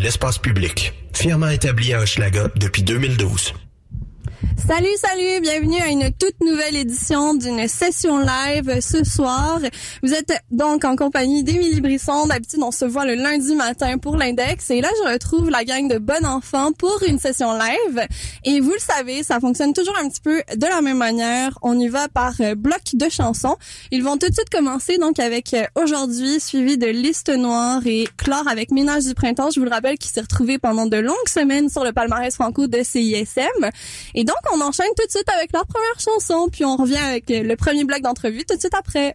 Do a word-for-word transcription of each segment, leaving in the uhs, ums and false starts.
l'espace public. Fièrement établi à Hochelaga depuis deux mille douze. Salut, salut, bienvenue à une toute nouvelle édition d'une session live ce soir. Vous êtes donc en compagnie d'Émilie Brisson. D'habitude, on se voit le lundi matin pour l'index. Et là, je retrouve la gang de Bon Enfant pour une session live. Et vous le savez, ça fonctionne toujours un petit peu de la même manière. On y va par bloc de chansons. Ils vont tout de suite commencer donc avec Aujourd'hui, suivi de Liste Noire et clore avec Ménage du Printemps. Je vous le rappelle, qui s'est retrouvé pendant de longues semaines sur le palmarès franco de C I S M. Et donc, on enchaîne tout de suite avec leur première chanson, puis on revient avec le premier bloc d'entrevue tout de suite après.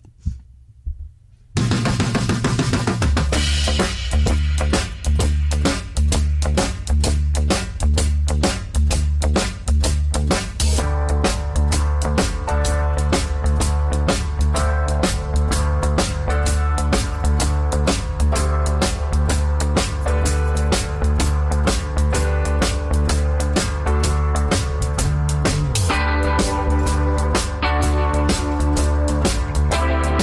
We'll be right back.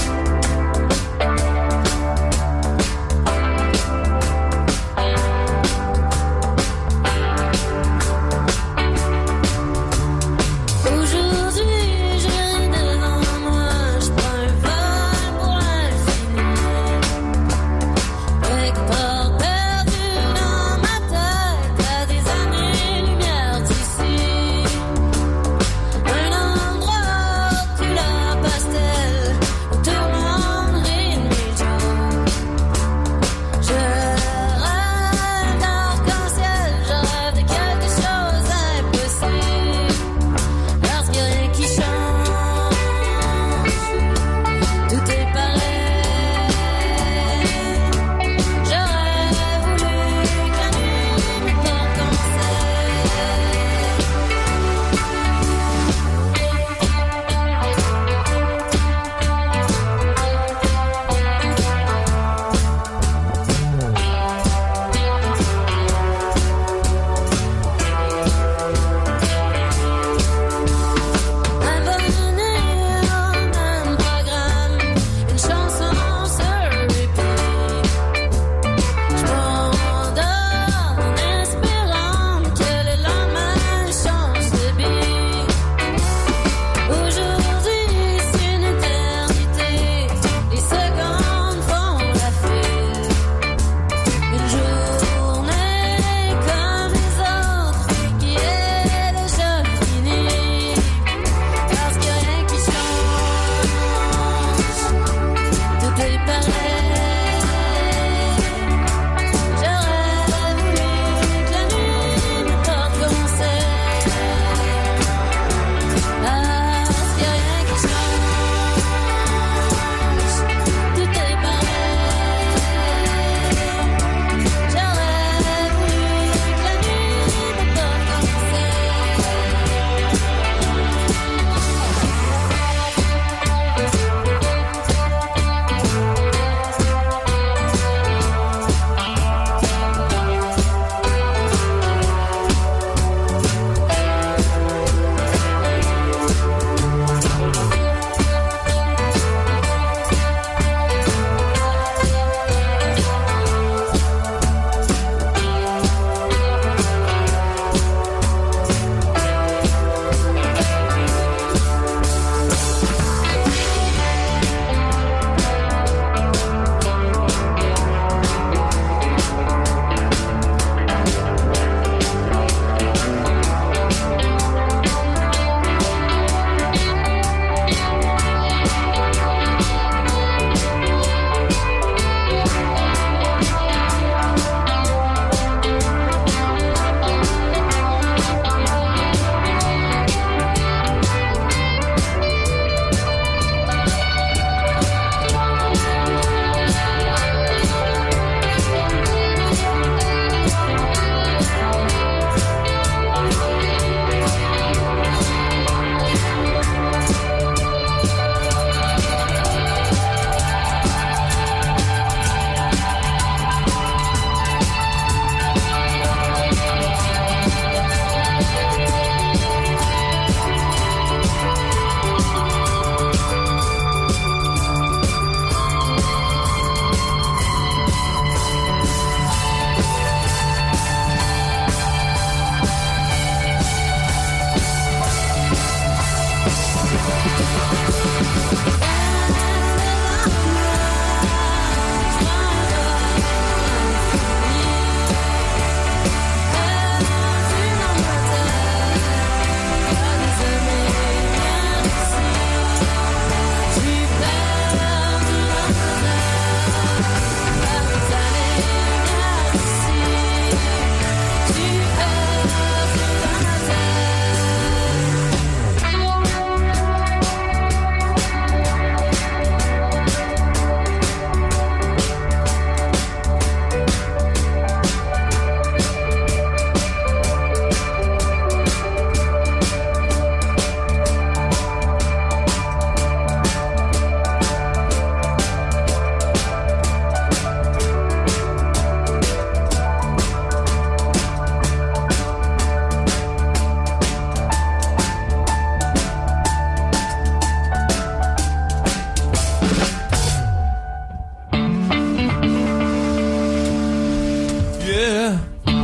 yeah.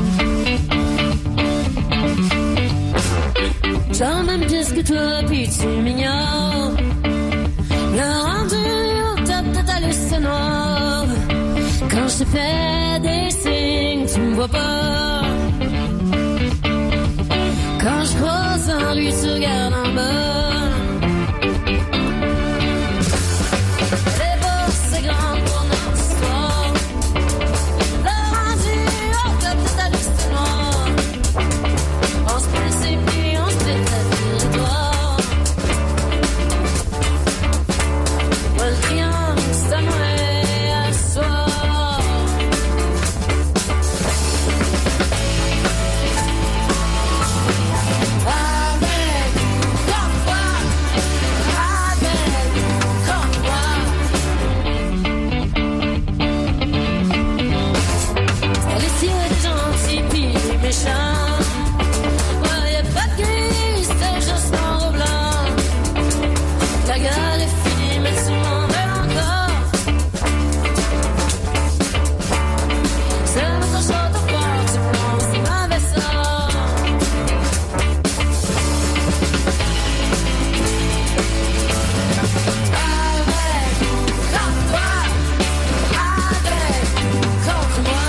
J'en même plus que toi, puis tu m'ignores. Le rendu au top de ta liste noire. Quand je te fais des signes, tu me vois pas. Quand je croise en rue, tu regardes en bas. Les bourses, c'est grand pour notre histoire. Le rendu au top de ta liste noire. On se pousse et puis on se pète la territoire. Moi, le triangle, c'est à moi à soi. Ouais, y'a pas de gris, c'est juste noir ou blanc. La gueule est finie, mais tu m'en veux encore. C'est notre château fort, tu penses, tu m'avais ça. Avec ou contre toi, avec ou contre moi.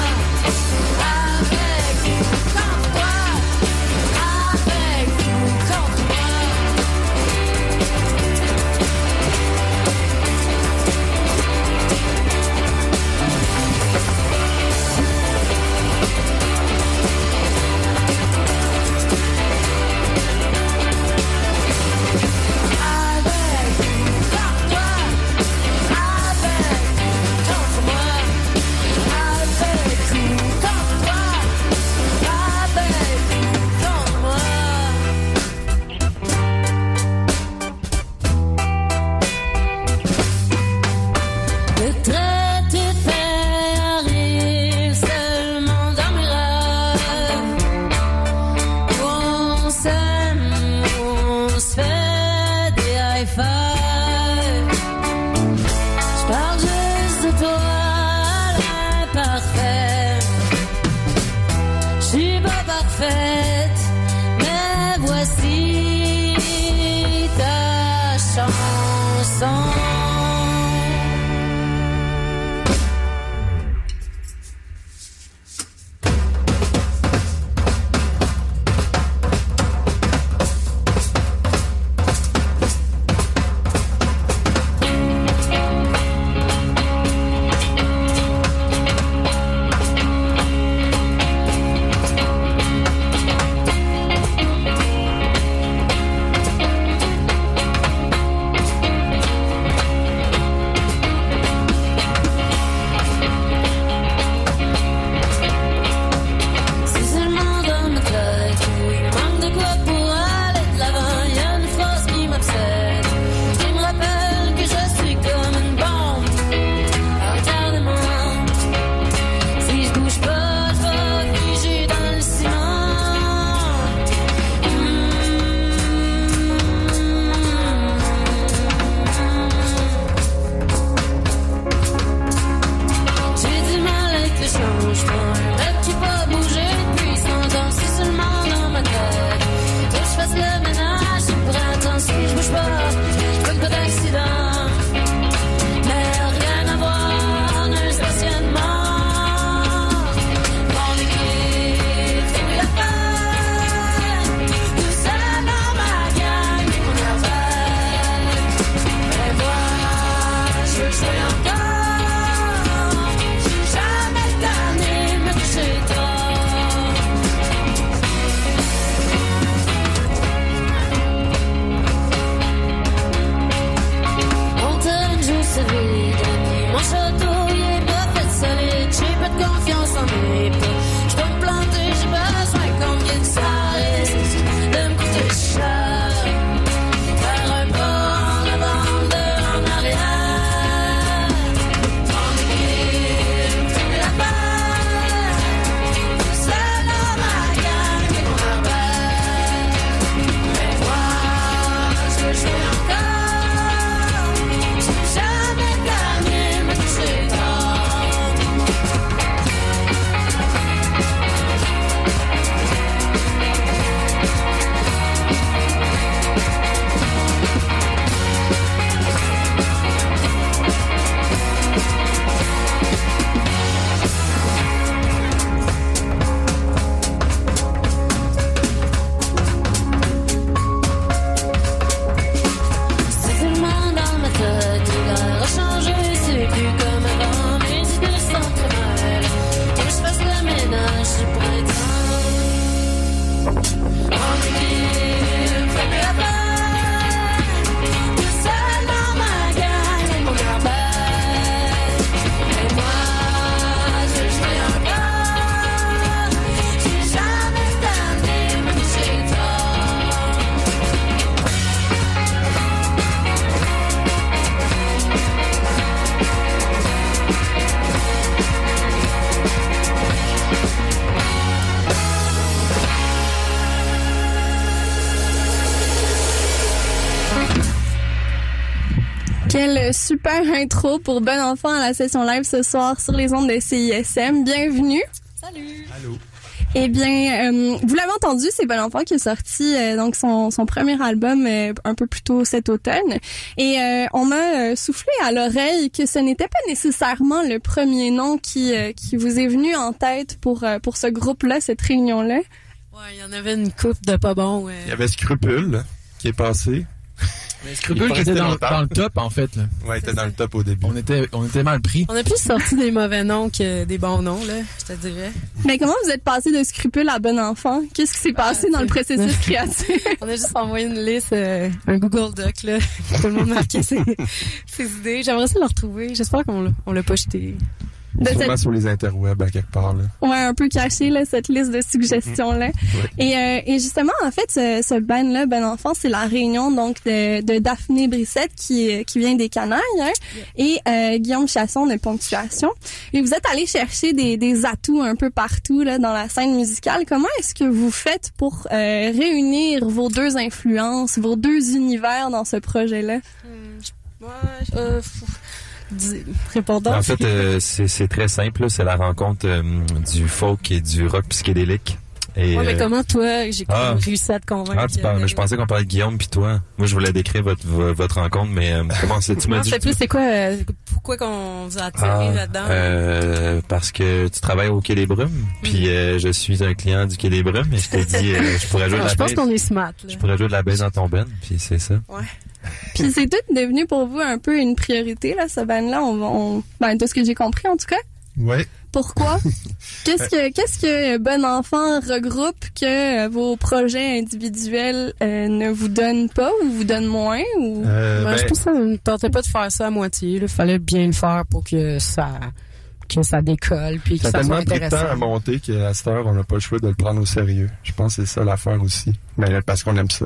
Quelle super intro pour Bon Enfant à la session live ce soir sur les ondes de C I S M. Bienvenue. Salut! Allô? Eh bien, euh, vous l'avez entendu, c'est Bon Enfant qui a sorti euh, donc son, son premier album euh, un peu plus tôt cet automne. Et euh, on m'a euh, soufflé à l'oreille que ce n'était pas nécessairement le premier nom qui euh, qui vous est venu en tête pour euh, pour ce groupe-là, cette réunion-là. Ouais, il y en avait une coupe de pas bon. Ouais. Il y avait Scrupule là, qui est passé. Mais Scrupule qui était dans, dans le top, en fait. Là. Ouais, il était dans le top au début. On était, on était mal pris. On a plus sorti des mauvais noms que des bons noms, là, je te dirais. Mais comment vous êtes passé de Scrupule à Bon Enfant? Qu'est-ce qui s'est passé Ah, dans le processus créatif? On a juste envoyé une liste, euh, un Google Doc, là. Tout le monde marquait ses, ses idées. J'aimerais ça le retrouver. J'espère qu'on l'a, on l'a pas jeté. De Sûrement cette... sur les interwebs à quelque part là. Ouais, un peu caché là, cette liste de suggestions-là. Ouais. Et, euh, et justement, en fait, ce, ce band-là, Bon Enfant, c'est la réunion donc de, de Daphné Brissette qui, qui vient des Canailles hein, et euh, Guillaume Chasson de Ponctuation. Et vous êtes allés chercher des, des atouts un peu partout là dans la scène musicale. Comment est-ce que vous faites pour euh, réunir vos deux influences, vos deux univers dans ce projet-là? Hum, ouais, euh, fou. Dis- Répondant. En fait, euh, c'est, c'est très simple. là. C'est la rencontre euh, du folk et du rock psychédélique. Et, Ouais, mais euh, comment toi, j'ai ah. réussi à te convaincre? ah, tu parles, je pensais qu'on parlait de Guillaume puis toi. Moi, je voulais décrire votre vo- votre rencontre, mais euh, comment c'est tu m'as Non, dit c'est que tu- plus, c'est quoi, euh, pourquoi qu'on vous a attiré Ah, là-dedans? euh, parce que tu travailles au Quai des Brumes, puis euh, je suis un client du Quai des Brumes, et je t'ai dit, euh, je pourrais jouer de Ah, la je pense baisse. qu'on est smart, là. Je pourrais jouer de la baisse dans ton ben, puis c'est ça. Ouais. Puis c'est tout devenu pour vous un peu une priorité là, ce band-là. On, on, ben de ce que j'ai compris en tout cas. Ouais. Pourquoi? Qu'est-ce que qu'est-ce que Bon Enfant regroupe que euh, vos projets individuels euh, ne vous donnent pas ou vous donnent moins ou Euh, Ouais, ben, je pense que ça ne tentait pas de faire ça à moitié. Il fallait bien le faire pour que ça que ça décolle puis que ça a ça soit tellement pris de temps à intéressant. monter qu'à cette heure, on n'a pas le choix de le prendre au sérieux. Je pense que c'est ça l'affaire aussi. Mais parce qu'on aime ça.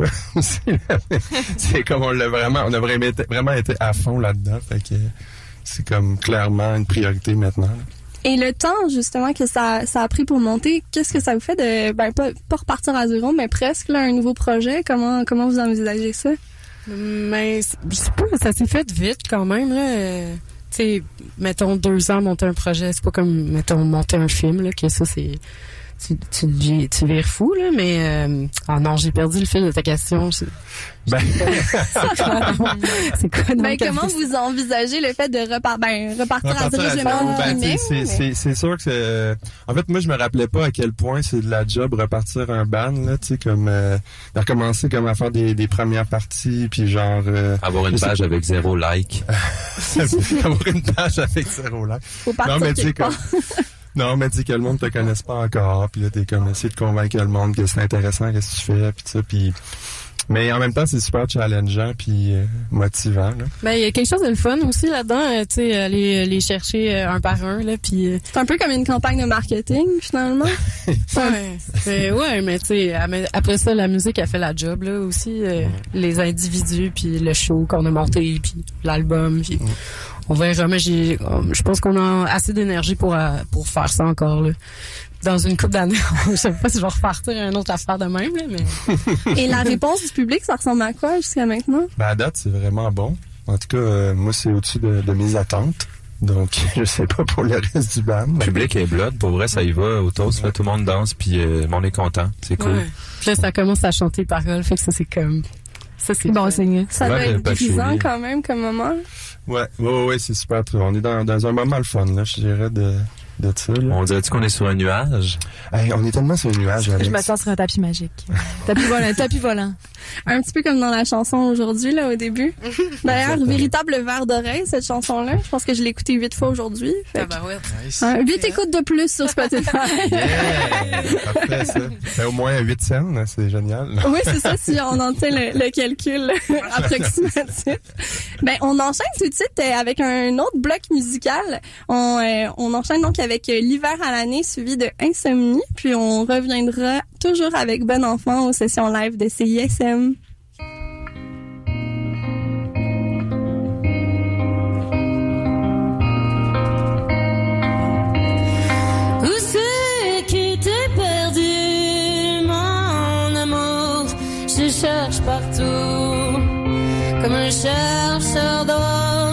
C'est comme on l'a vraiment, on a vraiment été, vraiment été à fond là-dedans. Fait que c'est comme clairement une priorité maintenant. là. et le temps justement que ça ça a pris pour monter, qu'est-ce que ça vous fait de ben pas, pas repartir à zéro mais presque là un nouveau projet, comment comment vous envisagez ça? Mais c'est- je sais pas, ça s'est fait vite quand même là. Euh, tu sais, mettons deux ans monter un projet, c'est pas comme mettons monter un film là que ça c'est tu tu tu, tu vires fou là, mais euh, ah non, j'ai perdu le fil de ta question. C'est Ben, c'est quoi donc- c'est quoi donc Ben ta comment question? vous envisagez le fait de repar ben, repartir à repartir zéro, à je vais zéro, mettre en ben, guillemets, tu sais, mais- c'est, c'est, c'est sûr que c'est... En fait, moi, je me rappelais pas à quel point c'est de la job repartir un band, là, tu sais, comme... Euh, de recommencer comme à faire des, des premières parties, puis genre... Euh, Avoir une Je sais page avec zéro like. avoir une page avec zéro like. faut partir Non, mais tu sais, quelque part. comme... Non, mais tu sais que le monde te connaisse pas encore, puis là, t'es comme essayer de convaincre le monde que c'est intéressant, qu'est-ce que tu fais, puis ça, puis... Mais en même temps, c'est super challengeant puis euh, motivant, là. Ben il y a quelque chose de le fun aussi là-dedans, euh, tu sais aller les chercher euh, un par un là puis euh, C'est un peu comme une campagne de marketing finalement. ouais, mais ouais, mais tu sais am- après ça la musique a fait la job là aussi euh, les individus puis le show qu'on a monté puis l'album puis on verra mais j'ai je pense qu'on a assez d'énergie pour euh, pour faire ça encore là. Dans une couple d'années, je sais pas si je vais repartir à une autre affaire de même là, mais Et la réponse du public, ça ressemble à quoi jusqu'à maintenant? Ben, à date, c'est vraiment bon. En tout cas, euh, moi, c'est au-dessus de, de mes attentes. Donc, je sais pas pour le reste du band. Le public est blood. Pour vrai, ça y va au toast. Là, tout le monde danse, puis euh, le monde est content. C'est cool. ouais. Puis là ça commence à chanter paroles, fait que ça c'est comme ça c'est bon signe. Ça Ouais, doit être pas grisant chérie. quand même comme moment. Ouais, ouais, ouais, c'est super. trop- On est dans, dans un moment le fun, là, je dirais, de, de ça, là. On dirait-tu qu'on est sur un nuage? Hey, on est tellement sur un nuage, Alex. Je m'attends sur un tapis magique. tapis volant, tapis volant. Un petit peu comme dans la chanson aujourd'hui, là, au début. D'ailleurs, véritable verre d'oreille, cette chanson-là. Je pense que je l'ai écoutée huit fois aujourd'hui. Fait que- Tabarouette. Euh, huit écoutes de plus sur Spotify. Yeah! Parfait, ça. Fait au moins huit scènes, hein, c'est génial. Oui, c'est ça, si on en tient le, le calcul approximatif. Ben, on enchaîne tout de suite euh, avec un autre bloc musical. On, euh, on enchaîne donc avec euh, l'hiver à l'année suivi de Insomnie, puis on reviendra toujours avec Bon Enfant aux sessions live de C I S M. Où c'est qui t'es perdu, mon amour? Je cherche partout, comme un chercheur d'or.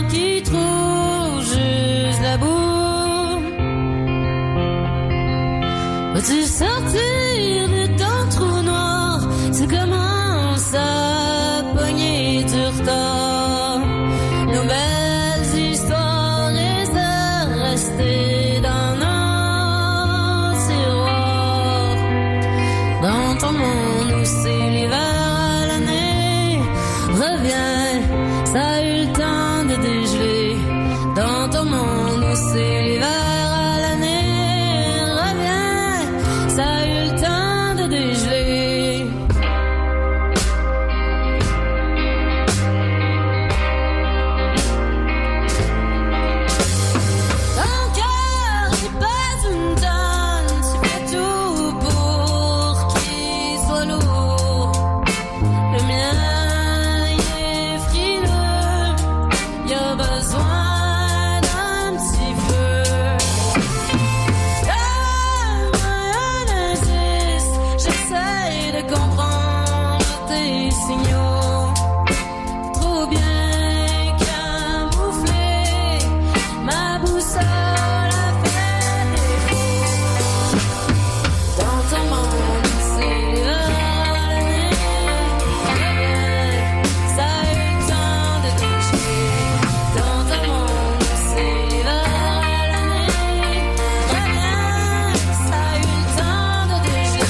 Vas-tu sortir de ton trou noir? Tu commences à pogner du retard. Nos belles histoires risquent de rester dans nos tiroirs. Dans ton monde où c'est l'hiver à l'année, reviens, ça a eu le temps de dégeler. Dans ton monde où c'est l'hiver à l'année, reviens, ça a eu le temps de dégeler. Ton cœur n'est pas une tonne, tu fais tout pour qu'il soit lourd. Le mien, il est frileux, il a besoin d'un petit feu. Donne-moi un indice, j'essaye de comprendre tes signaux. Trop bien camouflé, ma boussole a fait défaut. Dans ton monde, c'est l'hiver à l'année, reviens, ça a eu le temps de dégeler. Dans ton monde, c'est l'hiver à l'année, reviens, ça a eu le temps de dégeler.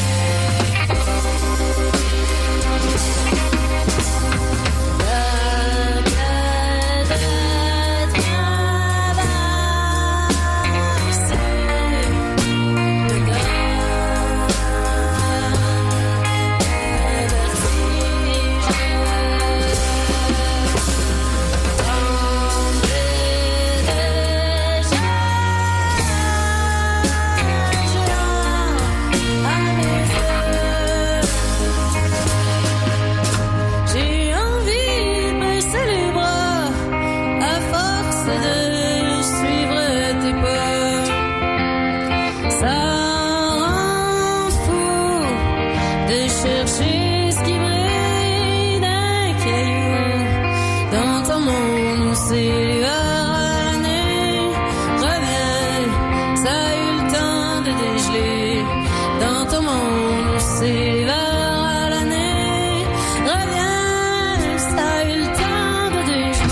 J'ai envie de baisser les bras à force de suivre tes pas. Ça rend fou de chercher ce qui brille d'un caillou. Dans ton monde où c'est l'hiver à l'année, reviens, ça a eu le temps de dégeler. Dans ton monde où c'est l'hiver à l'année, reviens, ça a eu le temps de dégeler.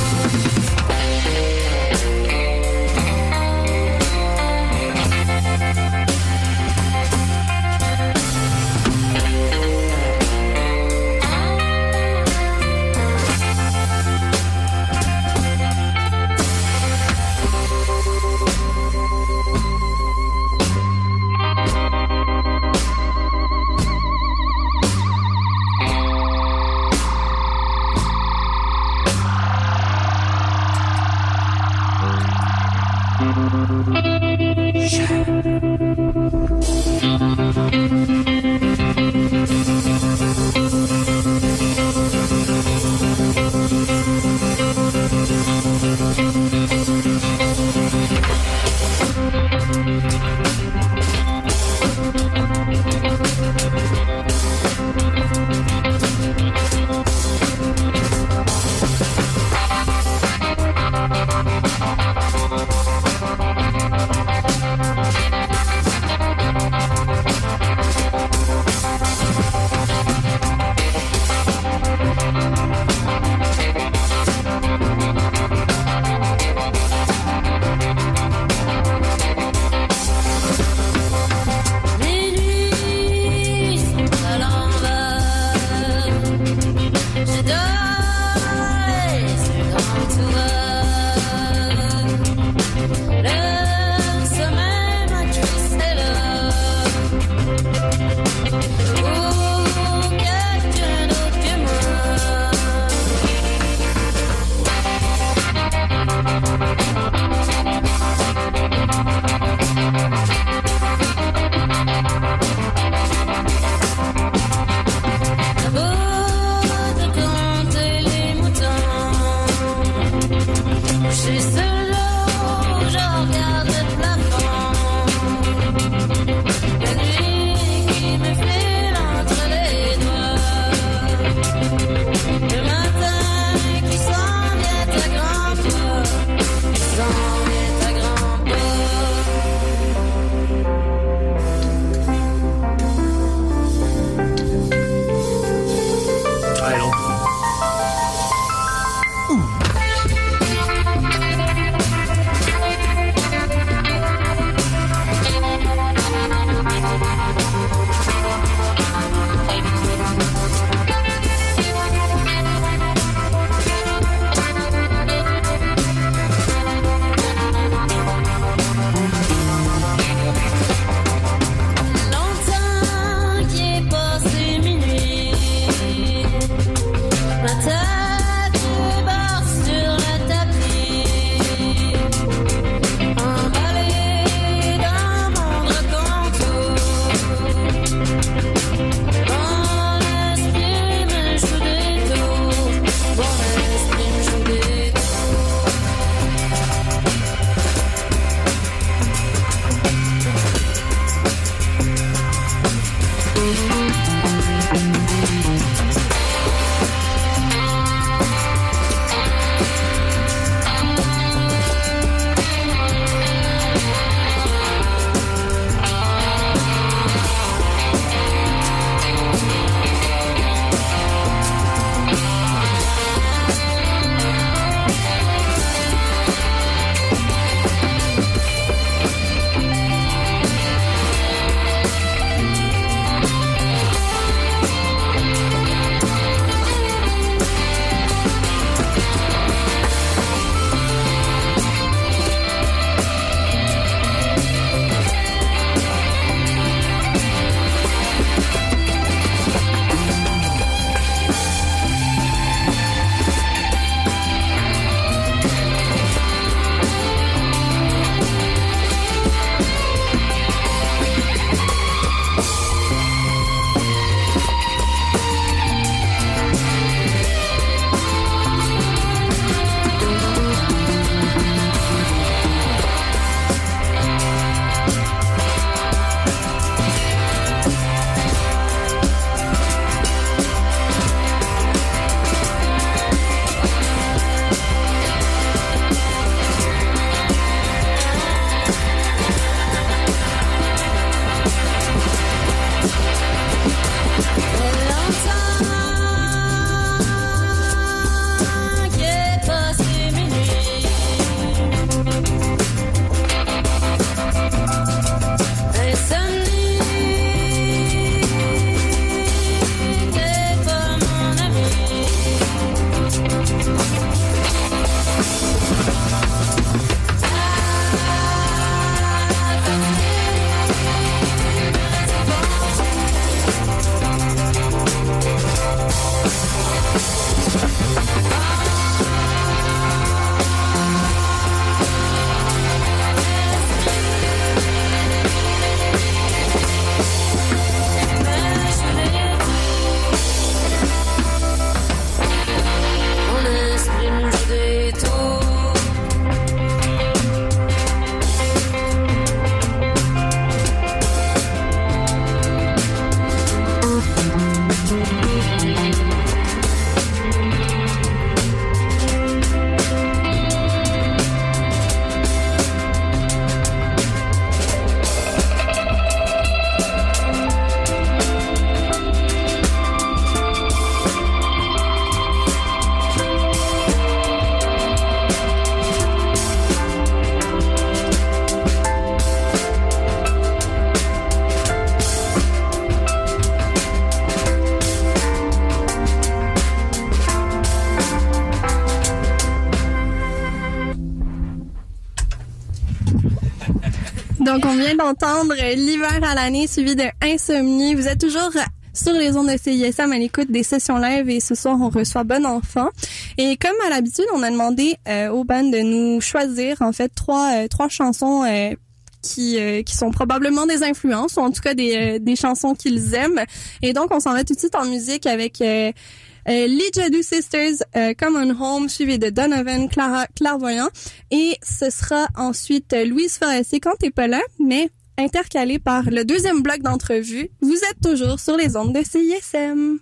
Donc, on vient d'entendre L'hiver à l'année suivi de Insomnie. Vous êtes toujours sur les ondes de C I S M à l'écoute des sessions live et ce soir, on reçoit Bon Enfant. Et comme à l'habitude, on a demandé euh, aux bands de nous choisir, en fait, trois euh, trois chansons euh, qui euh, qui sont probablement des influences ou en tout cas des euh, des chansons qu'ils aiment. Et donc, on s'en va tout de suite en musique avec euh, euh, les Jadoo Sisters, euh, Come on Home, suivi de Donovan Clara, Clairvoyant. Et ce sera ensuite euh, Louise Forestier quand t'es pas là, mais intercalé par le deuxième bloc d'entrevue. Vous êtes toujours sur les ondes de C I S M.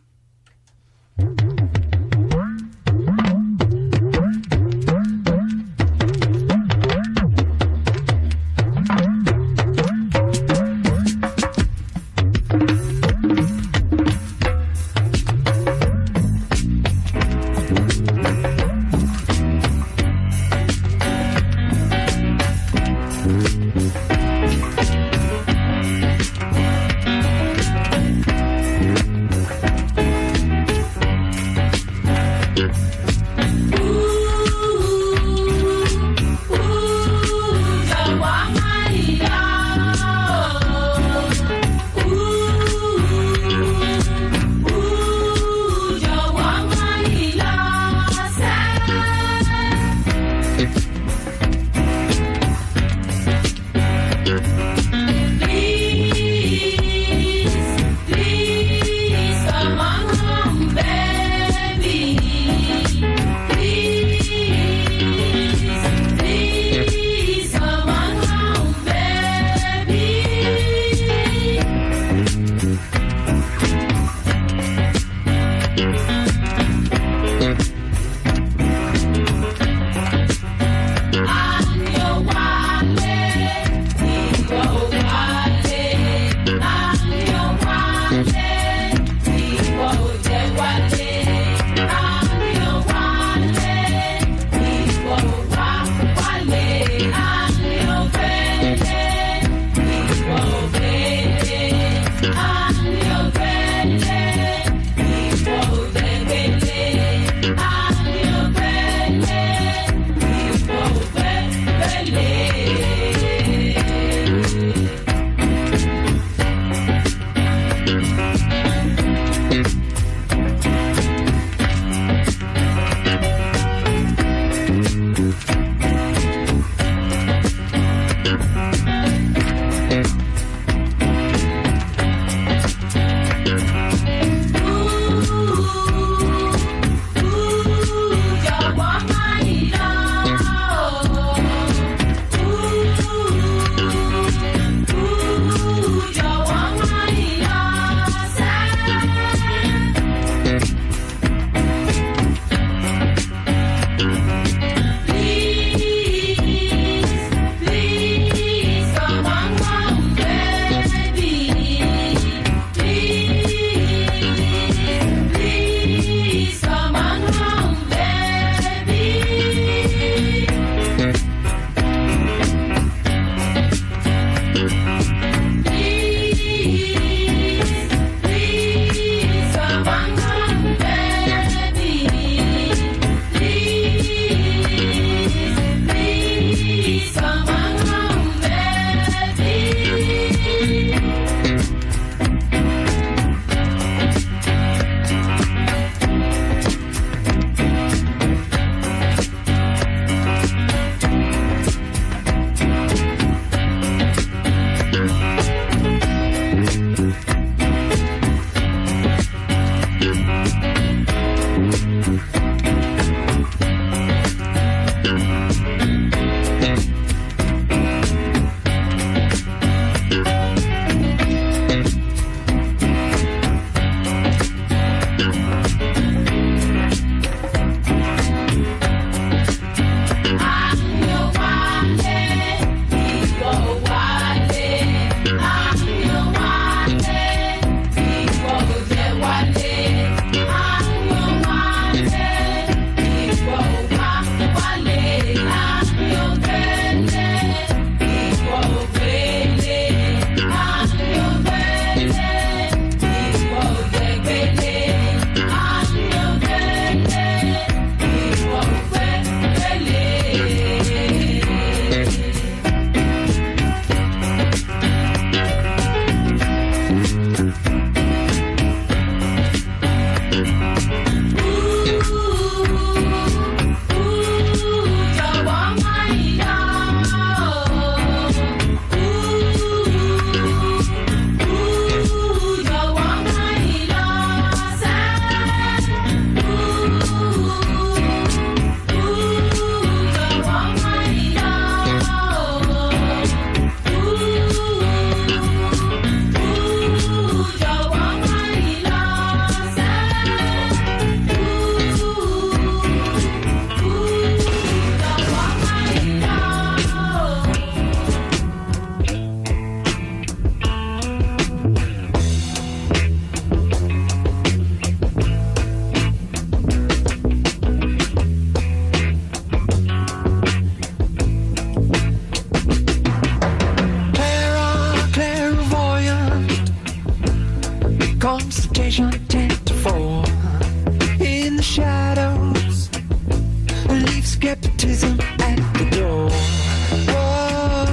Consultation ten to four. In the shadows, leave skepticism at the door. Whoa,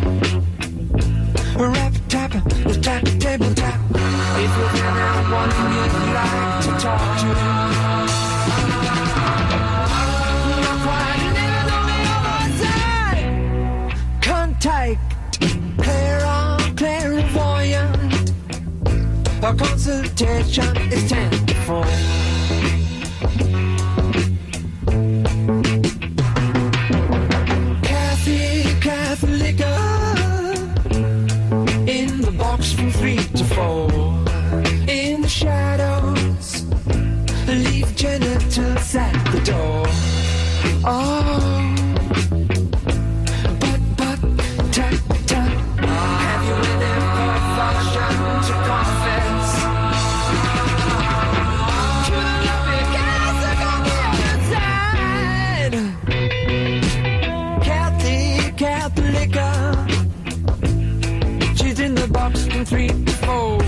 rap tap, tap table tap. If you're there, one you'd like to talk to. Not quite, never know the other side. Contact, clair, clairvoyant. Our consultation is ten to four. Kathy, Catholica, in the box from three to four. In the shadows, leave genitals at the door. Oh, but, but, tap, tap. Have you any confession to confess? To the loving Catholic on the other side. Kathy, Catholica, she's in the box from three to four.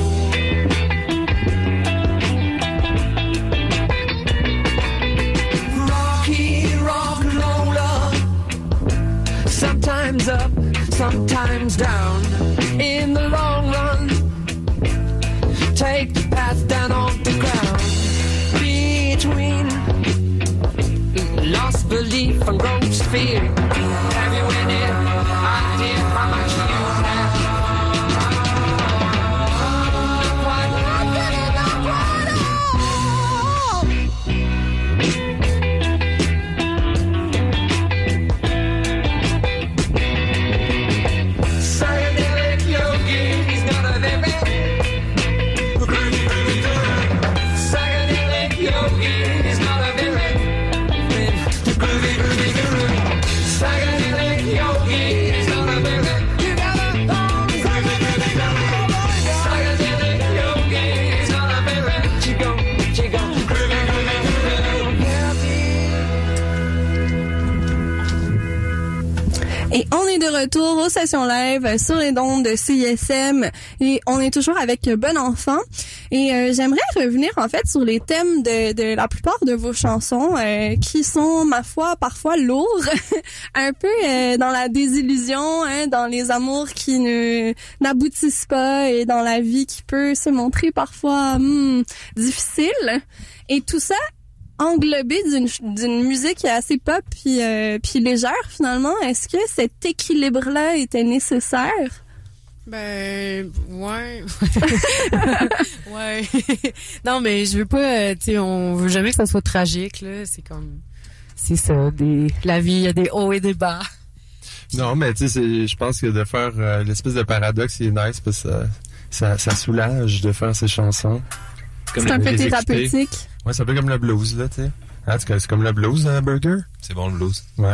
Sometimes up, sometimes down. In the long run, take the path down on the ground. Between lost belief and gross fear. Have you any idea how much you have? Why not get it up right Psychedelic yogi, he's not a baby. Psychedelic yogi, he's not a baby. Groovy, groovy, groovy. Psychedelic yogi, he's not a baby. You gotta own psychedelic yogi, he's not a baby. Chico, chico, groovy, groovy, groovy. Et on est de retour aux sessions live sur les ondes de C I S M et on est toujours avec Bon Enfant. Et euh, j'aimerais revenir en fait sur les thèmes de, de la plupart de vos chansons euh, qui sont, ma foi, parfois lourds, un peu euh, dans la désillusion, hein, dans les amours qui ne n'aboutissent pas et dans la vie qui peut se montrer parfois hmm, difficile. Et tout ça englobé d'une d'une musique assez pop puis euh, puis légère finalement. Est-ce que cet équilibre-là était nécessaire? Ben, ouais. Ouais. Non, mais je veux pas, euh, tu sais, on veut jamais que ça soit tragique, là. C'est comme, c'est ça, des, la vie, il y a des hauts et des bas. Non, mais tu sais, je pense que de faire euh, l'espèce de paradoxe, c'est nice parce que ça, ça, ça soulage de faire ces chansons. Comme c'est un peu thérapeutique. Ouais, c'est un peu comme le blues, là, tu sais. Ah, c'est comme le blues, euh, Burger? C'est bon, le blues. Ouais.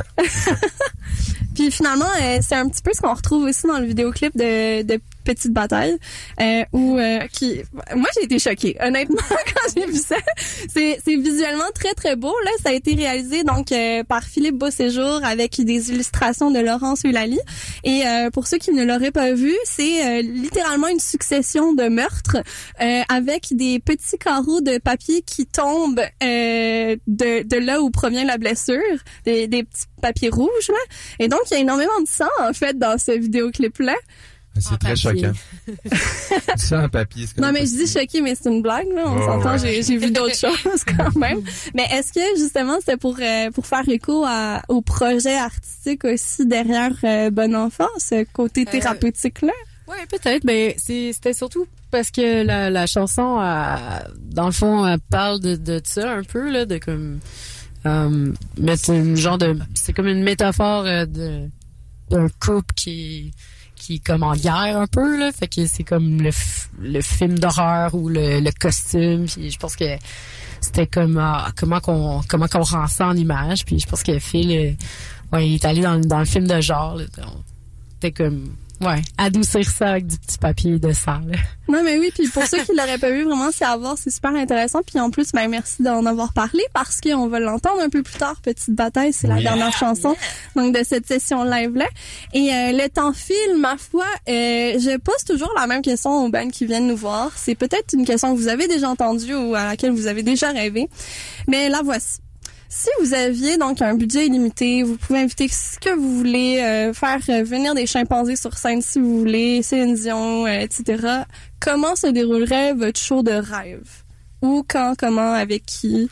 Puis finalement, euh, c'est un petit peu ce qu'on retrouve aussi dans le vidéoclip de, de Petite Bataille, euh, où euh, qui, moi j'ai été choquée, honnêtement quand j'ai vu ça. C'est, c'est visuellement très très beau là. Ça a été réalisé donc euh, par Philippe Beauséjour avec des illustrations de Laurence Eulalie. Et euh, pour ceux qui ne l'auraient pas vu, c'est euh, littéralement une succession de meurtres euh, avec des petits carreaux de papier qui tombent euh, de, de là où provient la blessure, des, des petits papiers rouges là. Et donc il y a énormément de sang en fait dans ce vidéoclip là. C'est en très papier. Choquant. Ça en papier. Non, mais je dis choqué, mais c'est une blague, là. On oh, s'entend, ouais. j'ai, j'ai vu d'autres choses quand même. Mais est-ce que, justement, c'était pour, euh, pour faire écho à, au projet artistique aussi derrière euh, Bon Enfant, ce côté thérapeutique-là? Euh, oui, peut-être, mais c'est, c'était surtout parce que la, la chanson, elle, dans le fond, elle parle de, de ça un peu, là, de comme, euh, mettre une genre de, c'est comme une métaphore euh, de, d'un couple qui qui est comme en guerre un peu là, fait que c'est comme le f- le film d'horreur ou le, le costume, puis je pense que c'était comme ah, comment qu'on comment qu'on rend ça en image, puis je pense que Phil euh, ouais, il est allé dans dans le film de genre là, c'était comme ouais, adoucir ça avec du petit papier de salle. Non, mais oui, puis pour ceux qui l'auraient pas vu, vraiment, c'est à voir, c'est super intéressant. Puis en plus, ben merci d'en avoir parlé parce qu'on va l'entendre un peu plus tard. Petite bataille, c'est la Oui. dernière chanson donc de cette session live-là. Et euh, le temps file, ma foi, euh, je pose toujours la même question aux bands qui viennent nous voir. C'est peut-être une question que vous avez déjà entendue ou à laquelle vous avez déjà rêvé, mais la voici. Si vous aviez donc un budget illimité, vous pouvez inviter ce que vous voulez, euh, faire euh, venir des chimpanzés sur scène si vous voulez, Céline Dion, euh, et cetera. Comment se déroulerait votre show de rêve? Où, quand, comment, avec qui?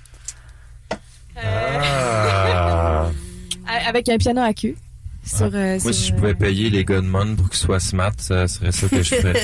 Ah. Avec un piano à queue. Sur, euh, Moi, sur, si je pouvais euh, payer les gars de Mon pour qu'ils soient smart, ça serait ça que je ferais.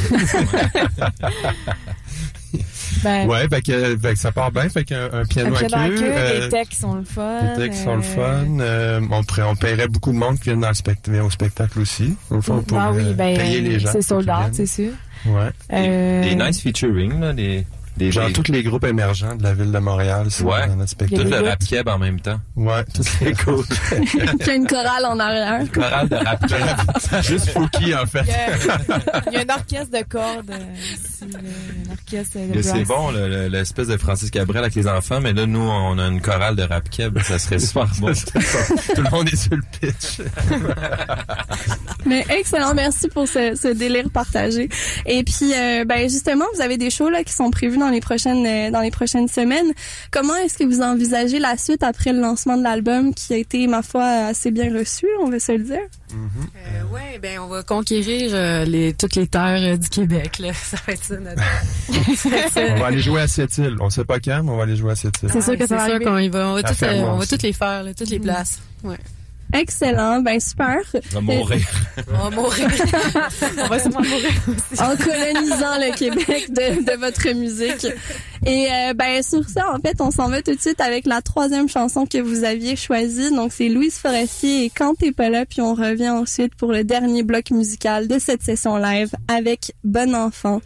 ben, Ouais, fait que, fait que ça part bien, fait qu'un un piano, un piano à à queue. queue, euh, les techs sont le fun. les textes sont le euh, fun. Euh, on, pourrait- on paierait beaucoup de monde qui vient dans le spect- vient au spectacle aussi. Au fond, pour Ah oui, ben, payer les gens. c'est sold qui out, viennent. c'est sûr. Ouais. Euh, Des nice featuring, là, des, des, Genre des- tous les groupes émergents de la ville de Montréal, c'est Ouais. dans notre tout spectacle. le des rap keb en même temps. Ouais, tout C'est cool. Il y a une chorale en arrière. Chorale de rap keb. Juste Fouki, en fait. Il y, a, il y a un orchestre de cordes euh, ici, là, un orchestre de Mais c'est brass. bon, le- le- l'espèce de Francis Cabrel avec les enfants, mais là, nous, on a une chorale de rap keb. Ça serait super bon. Tout le monde est sur le pitch. Mais excellent, merci pour ce, ce délire partagé. Et puis, euh, ben justement, vous avez des shows là qui sont prévus dans les prochaines euh, dans les prochaines semaines. Comment est-ce que vous envisagez la suite après le lancement de l'album qui a été, ma foi, assez bien reçu, on va se le dire? Euh, ouais, ben on va conquérir euh, les toutes les terres euh, du Québec là. Ça va être ça notre. ça va être ça. On va aller jouer à Sept-Îles. On sait pas quand, mais on va aller jouer à Sept-Îles. C'est sûr que ça va C'est sûr arriver. qu'on y va, on va À toutes, euh, Fermont on va aussi. toutes les faire, là, toutes les places. Ouais. Excellent, ben super. On va mourir. On va mourir. On va sûrement mourir aussi. En colonisant le Québec de, de votre musique. Et euh, ben sur ça, en fait, on s'en va tout de suite avec la troisième chanson que vous aviez choisie. Donc c'est Louise Forestier et Quand t'es pas là, puis on revient ensuite pour le dernier bloc musical de cette session live avec Bon Enfant.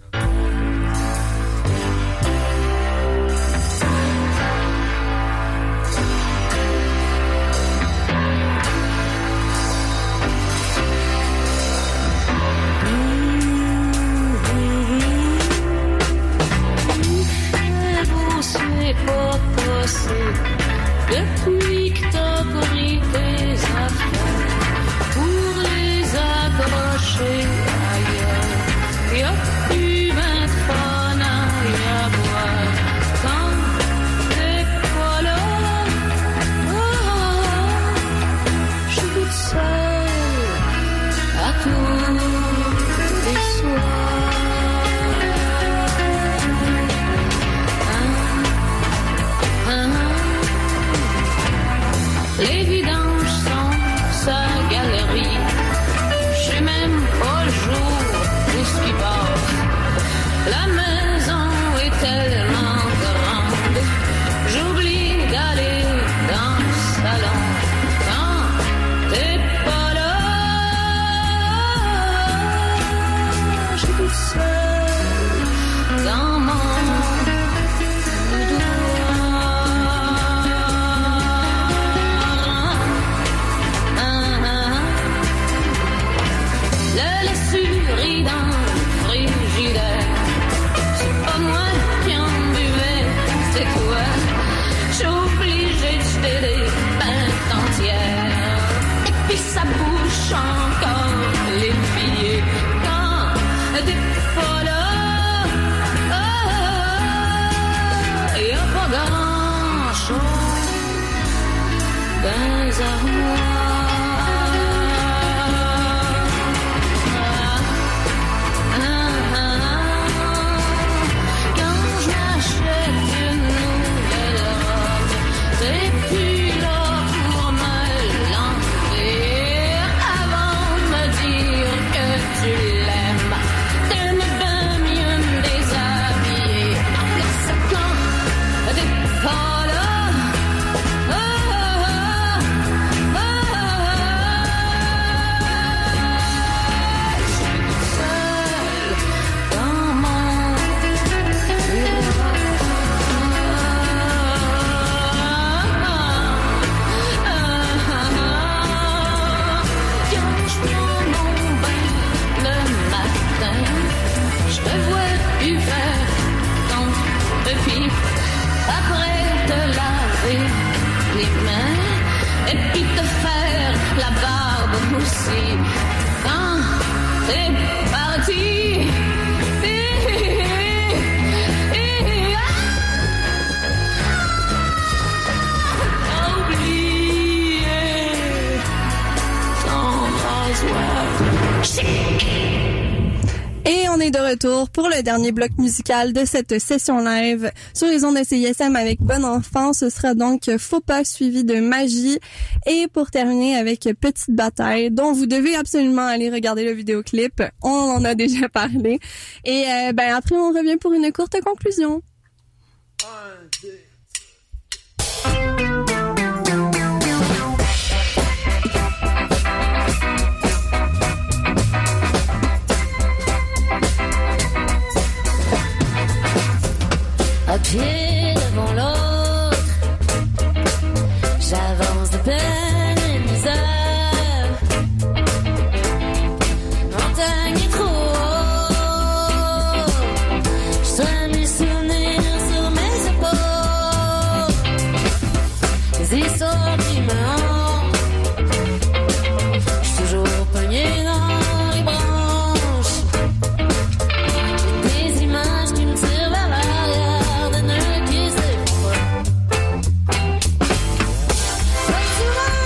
Vous, c'est pas possible depuis que t'as pris tes affaires pour les accrocher ailleurs. Y'a plus vingt fun à y avoir quand t'es pas là. Oh, je suis toute seule à tous les soirs. Les vidanges sont sa galerie. Je sais même pas le jour où ce qui passe. La maison est tellement grande, j'oublie d'aller dans le salon quand t'es pas là. Je suis toute seule dans mon le lait sourit dans le frigidaire. C'est pas moi qui en aussi quand t'es parti. Et on est de retour pour le dernier bloc musical de cette session live sur les ondes de C I S M avec Bon Enfant. Ce sera donc Faux Pas suivi de Magie. Et pour terminer avec Petite Bataille, dont vous devez absolument aller regarder le vidéoclip. On en a déjà parlé. Et euh, ben après, on revient pour une courte conclusion. Un, deux. À pied devant l'autre, j'avance de peine et de misère. Montagne est trop haut, je traîne mes souvenirs sur mes épaules. Les histoires qui me hantent, je suis toujours pogné dans les branches. J'ai des images qui me tirent vers l'arrière. Qui s'effondre. Comme souvent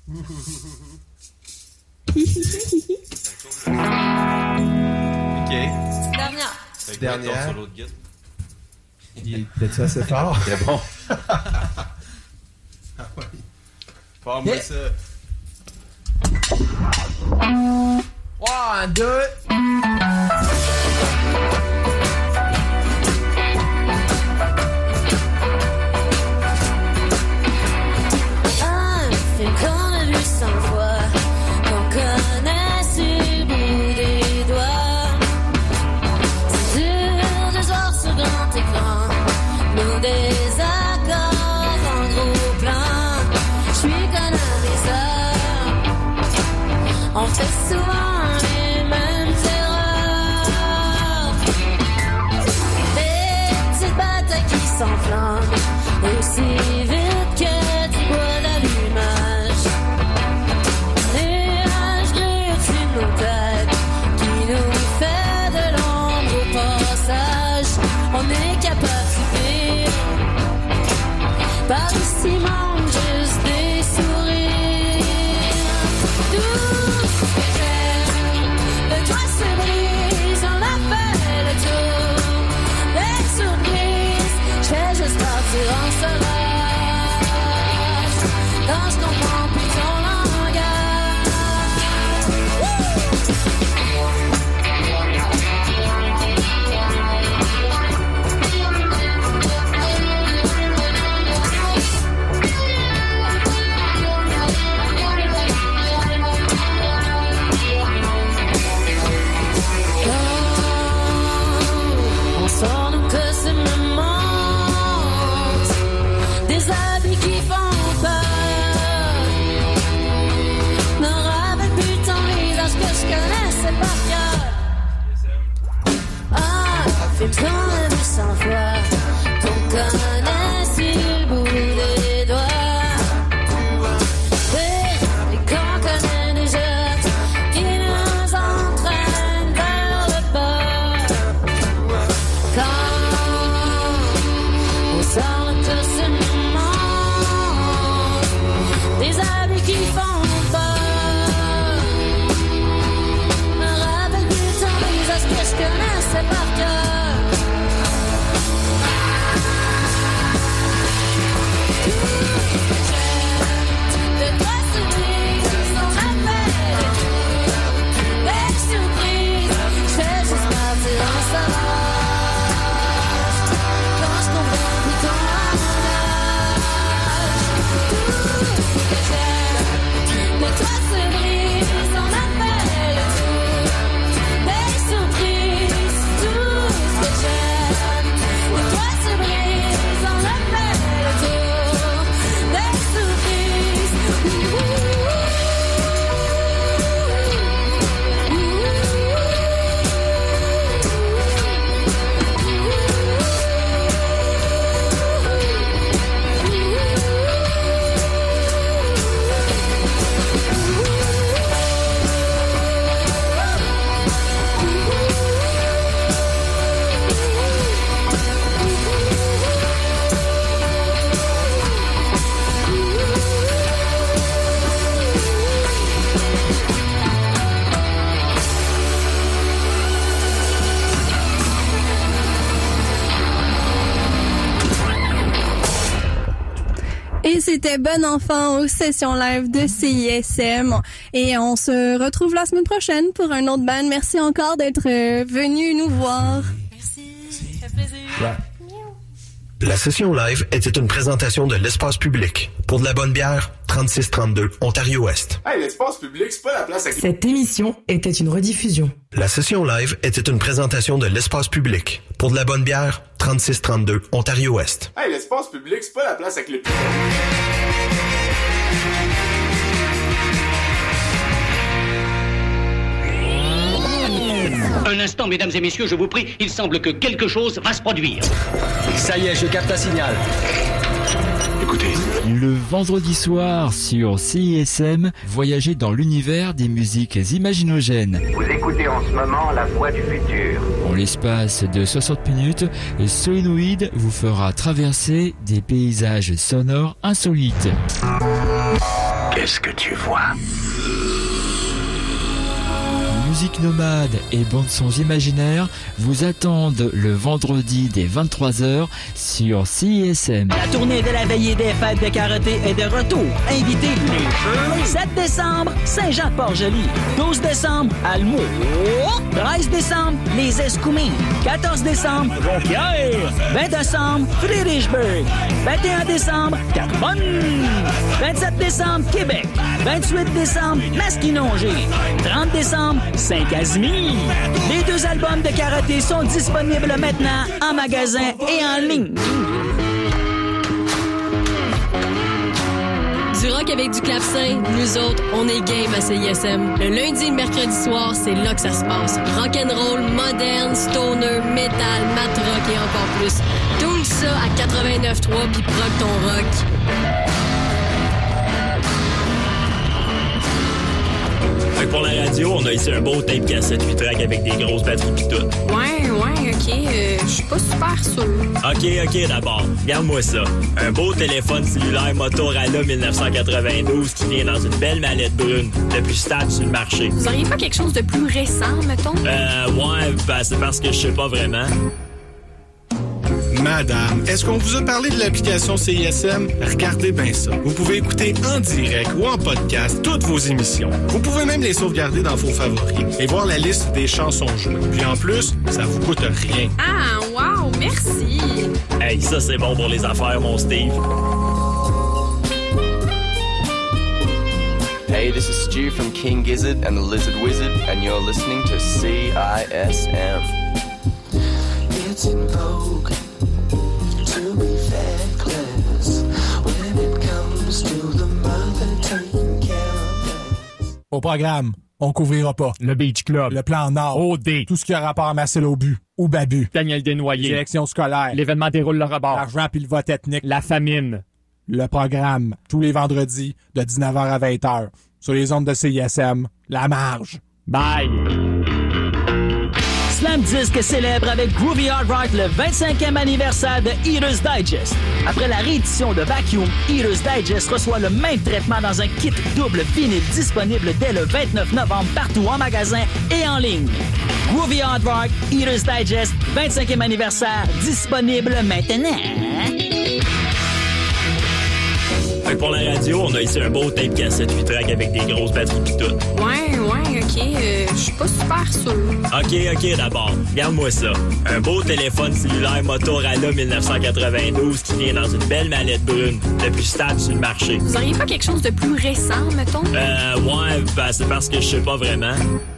OK. Dernière. Dernière. Sur l'autre guide. Il était assez fort? C'est bon. Ah oui. Fort, moi, Yeah. ça. One, deux. Un film qu'on a vu cent fois, qu'on connaît sur le bout des doigts. C'est dur de voir sur grand écran nos désaccords en gros plan. J'suis comme un des heures, on fait souvent les mêmes erreurs. Des petites batailles qui s'enflamment aussi vite que du bois d'allumage. Nuages gris au-dessus de nos têtes qui nous fait de l'ombre au passage. On est capable de vivre par ici manque juste des sourires. Tout ce que j'aime, le toit se brise, on a fait le tour. Les surprises, je fais juste partir en sauvage. Quand je comprends plus ton langage. Quand on sort nos costumes de monte, des habits qui font peur. Me rappelle plus ton visage que je connaissais par cœur. Ah, film qu'on a vu cent fois, qu'on connaît sur le bout des doigts. Et qu'on connaît déjà, qui nous entraîne vers le bas. Quand on sort le costume du monde, des habits qui font peur. Me rappelle plus ton visage que je connaissais par cœur. Tout ce que j'aime, de toi surprise, on appelle et tout. Des surprises, je fais juste partir en sauvage. Quand je comprends plus ton langage. Tout ce que j'aime, de toi surprise, on appelle et tout. Des surprises, tout ce que j'aime, de toi surprise, on appelle et tout. Des surprises. Et c'était Bon Enfant aux sessions live de C I S M. Et on se retrouve la semaine prochaine pour un autre band. Merci encore d'être euh, venu nous voir. Merci, ça fait plaisir. La session live était une présentation de l'espace public. Pour de la bonne bière, trente-six trente-deux, Ontario-Ouest. Hey, l'espace public, c'est pas la place à... Cette émission était une rediffusion. La session live était une présentation de l'espace public. Pour de la bonne bière, trente-six trente-deux, Ontario-Ouest. Hey, l'espace public, c'est pas la place avec les pitons. Un instant, mesdames et messieurs, je vous prie, il semble que quelque chose va se produire. Ça y est, je capte un signal. Écoutez. Le vendredi soir sur C I S M, voyagez dans l'univers des musiques imaginogènes. Vous écoutez en ce moment la voix du futur. En l'espace de soixante minutes, Solenoid vous fera traverser des paysages sonores insolites. Qu'est-ce que tu vois? Musique nomade et bandes-sons imaginaires vous attendent le vendredi dès vingt-trois heures sur C I S M. La tournée de la veillée des fêtes de karaté est de retour. Invitez les sept décembre, Saint-Jean-Port-Joli. douze décembre, Almo. treize décembre, les Escoumins. quatorze décembre, Jonquière. vingt décembre, Friedrichsburg. vingt et un décembre, Terrebonne. vingt-sept décembre, Québec. vingt-huit décembre, Masquinongé. trente décembre, Saint-Casimir. Les deux albums de karaté sont disponibles maintenant en magasin et en ligne. Du rock avec du clavecin, nous autres, on est game à C I S M. Le lundi et le mercredi soir, c'est là que ça se passe. Rock'n'roll, moderne, stoner, metal, mat rock et encore plus. Tout ça à quatre-vingt-neuf trois puis proc ton rock. Fait que pour la radio, on a ici un beau tape cassette huit tracks avec des grosses batteries pis tout. Ouais, ouais, ok. Euh, Je suis pas super sûre. Ok, ok, d'abord. Regarde-moi ça. Un beau téléphone cellulaire Motorola dix-neuf cent quatre-vingt-douze qui vient dans une belle mallette brune, le plus stable sur le marché. Vous auriez pas quelque chose de plus récent, mettons? Euh, ouais, ben, c'est parce que je sais pas vraiment. Madame, est-ce qu'on vous a parlé de l'application C I S M? Regardez bien ça. Vous pouvez écouter en direct ou en podcast toutes vos émissions. Vous pouvez même les sauvegarder dans vos favoris et voir la liste des chansons jouées. Puis en plus, ça vous coûte rien. Ah, wow, merci! Hey, ça c'est bon pour les affaires, mon Steve. Hey, this is Stu from King Gizzard and the Lizard Wizard, and you're listening to C I S M. It's in vogue to be fed class when it comes to the mother taking care of us. Au programme, on couvrira pas le Beach Club, le plan Nord, O D, tout ce qui a rapport à Marcel Aubu ou Babu, Daniel Desnoyers, l'élection scolaire, l'événement déroule le rebord, l'argent puis le vote ethnique, la famine. Le programme, tous les vendredis, de dix-neuf heures à vingt heures, sur les ondes de C I S M, La Marge. Bye! Slam Disc célèbre avec Groovy Hard Rock le vingt-cinquième anniversaire de Eater's Digest. Après la réédition de Vacuum, Eater's Digest reçoit le même traitement dans un kit double vinyle disponible dès le vingt-neuf novembre partout en magasin et en ligne. Groovy Hard Rock, Eater's Digest, vingt-cinquième anniversaire, disponible maintenant. Fait que pour la radio, on a ici un beau tape cassette huit tracks avec des grosses batteries pis tout. Ouais, ouais, ok. Euh, Je suis pas super sûre. Ok, ok, d'abord. Regarde-moi ça. Un beau téléphone cellulaire Motorola dix-neuf cent quatre-vingt-douze qui vient dans une belle mallette brune, le plus stable sur le marché. Vous auriez pas quelque chose de plus récent, mettons? Euh, ouais, ben, c'est parce que je sais pas vraiment.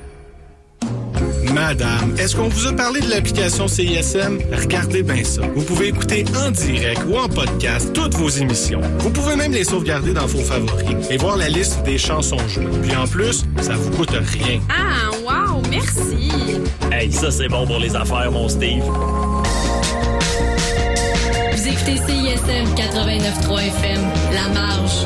Madame, est-ce qu'on vous a parlé de l'application C I S M? Regardez bien ça. Vous pouvez écouter en direct ou en podcast toutes vos émissions. Vous pouvez même les sauvegarder dans vos favoris et voir la liste des chansons jouées. Puis en plus, ça vous coûte rien. Ah, wow, merci! Hey, ça c'est bon pour les affaires, mon Steve. Vous écoutez C I S M quatre-vingt-neuf trois F M, La Marge.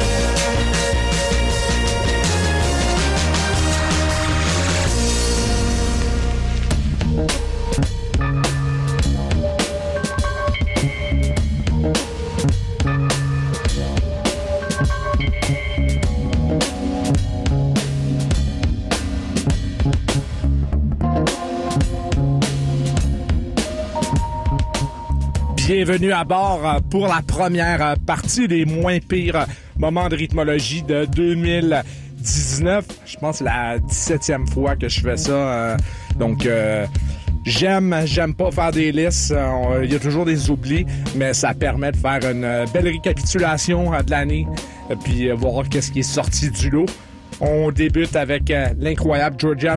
Bienvenue à bord pour la première partie des moins pires moments de rythmologie de deux mille dix-neuf. Je pense que c'est la dix-septième fois que je fais ça. Euh, donc, euh, j'aime, j'aime pas faire des listes. Il y a toujours des oublis, mais ça permet de faire une belle récapitulation de l'année puis voir qu'est-ce qui est sorti du lot. On débute avec l'incroyable Georgia